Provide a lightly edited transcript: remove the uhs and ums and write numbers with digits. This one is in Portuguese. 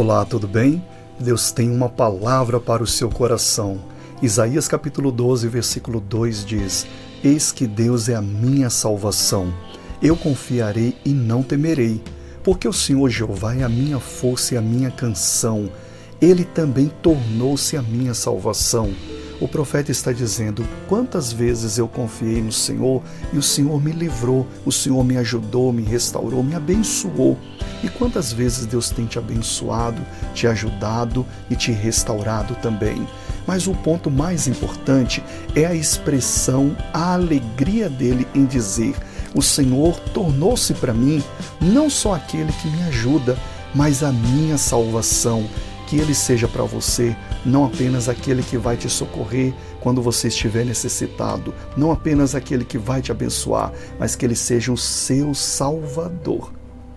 Olá, tudo bem? Deus tem uma palavra para o seu coração. Isaías capítulo 12, versículo 2 diz: Eis que Deus é a minha salvação. Eu confiarei e não temerei, porque o Senhor Jeová é a minha força e a minha canção. Ele também tornou-se a minha salvação. O profeta está dizendo: quantas vezes eu confiei no Senhor e o Senhor me livrou, o Senhor me ajudou, me restaurou, me abençoou. E quantas vezes Deus tem te abençoado, te ajudado e te restaurado também. Mas o ponto mais importante é a expressão, a alegria dele em dizer: o Senhor tornou-se para mim não só aquele que me ajuda, mas a minha salvação. Que Ele seja para você não apenas aquele que vai te socorrer quando você estiver necessitado, não apenas aquele que vai te abençoar, mas que Ele seja o seu Salvador.